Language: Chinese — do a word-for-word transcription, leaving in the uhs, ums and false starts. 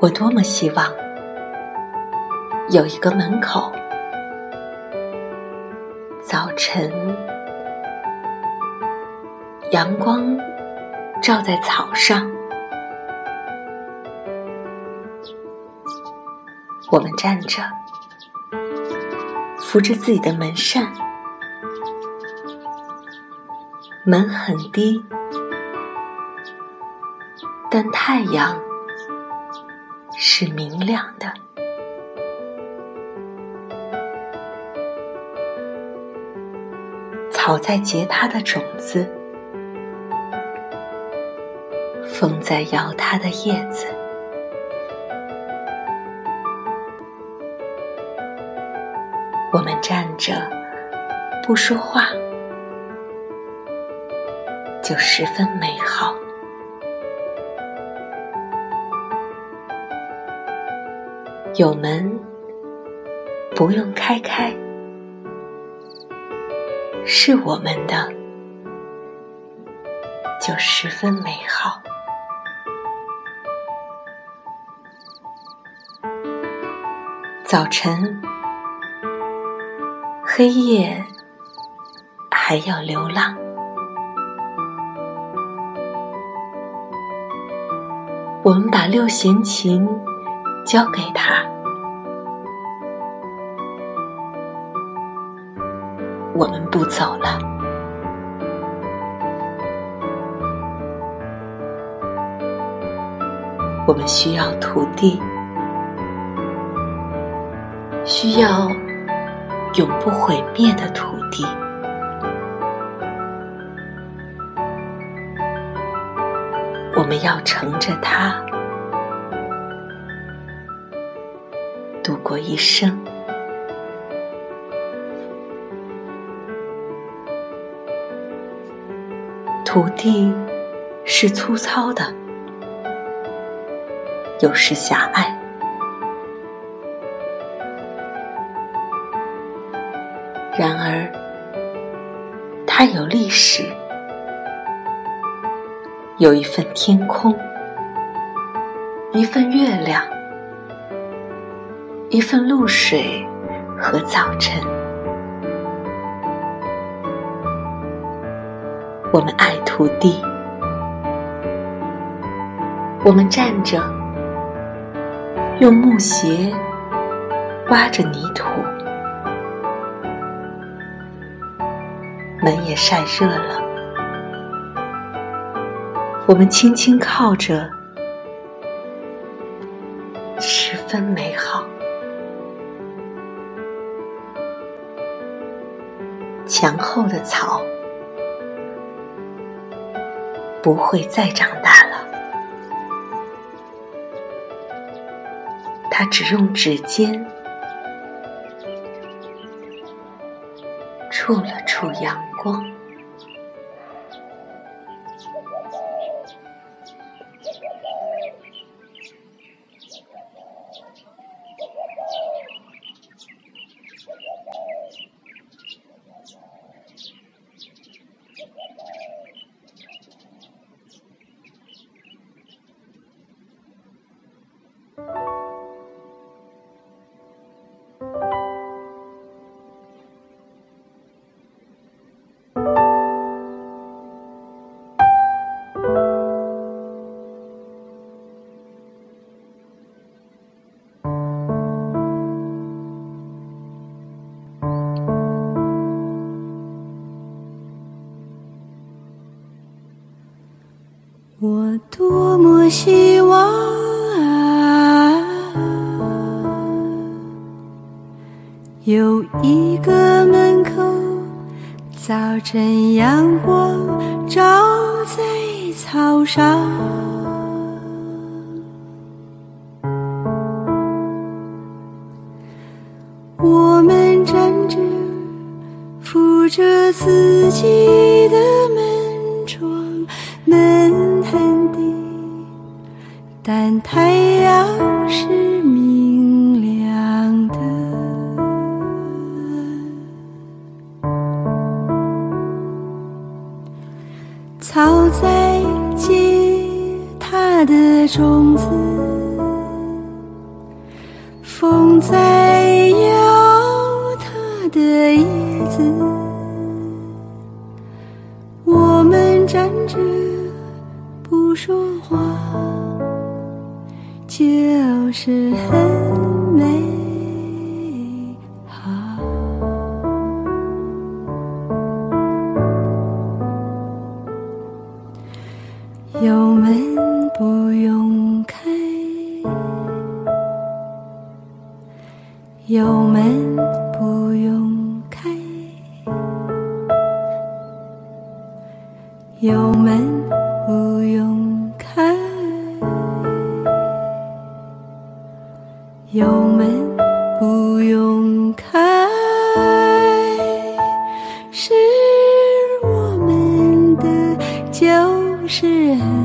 我多么希望有一个门口，早晨阳光照在草上，我们站着，扶着自己的门扇，门很低，但太阳是明亮的。草在结它的种子，风在摇它的叶子。我们站着不说话，就十分美好。有门不用开开，是我们的，就十分美好。早晨，黑夜还要流浪，我们把六弦琴交给他，我们不走了。我们需要土地，需要永不毁灭的土地。我们要乘着它度过一生。土地是粗糙的，有时狭隘，然而它有历史，有一份天空，一份月亮，一份露水和早晨。我们爱土地，我们站着，用木鞋挖着泥土，门也晒热了，我们轻轻靠着，十分美好。墙后的草不会再长大了，它只用指尖触了触阳光。 我多么希望有一个门口，早晨阳光照在草上，我们站着扶着自己的门窗，门很低，但太阳是明亮的。草在结它的种子， 风在摇它的叶子，我们站着不说话，就是很美好。油门不用开，油门不用开，油门不用开，油门不用开，是我们的，就是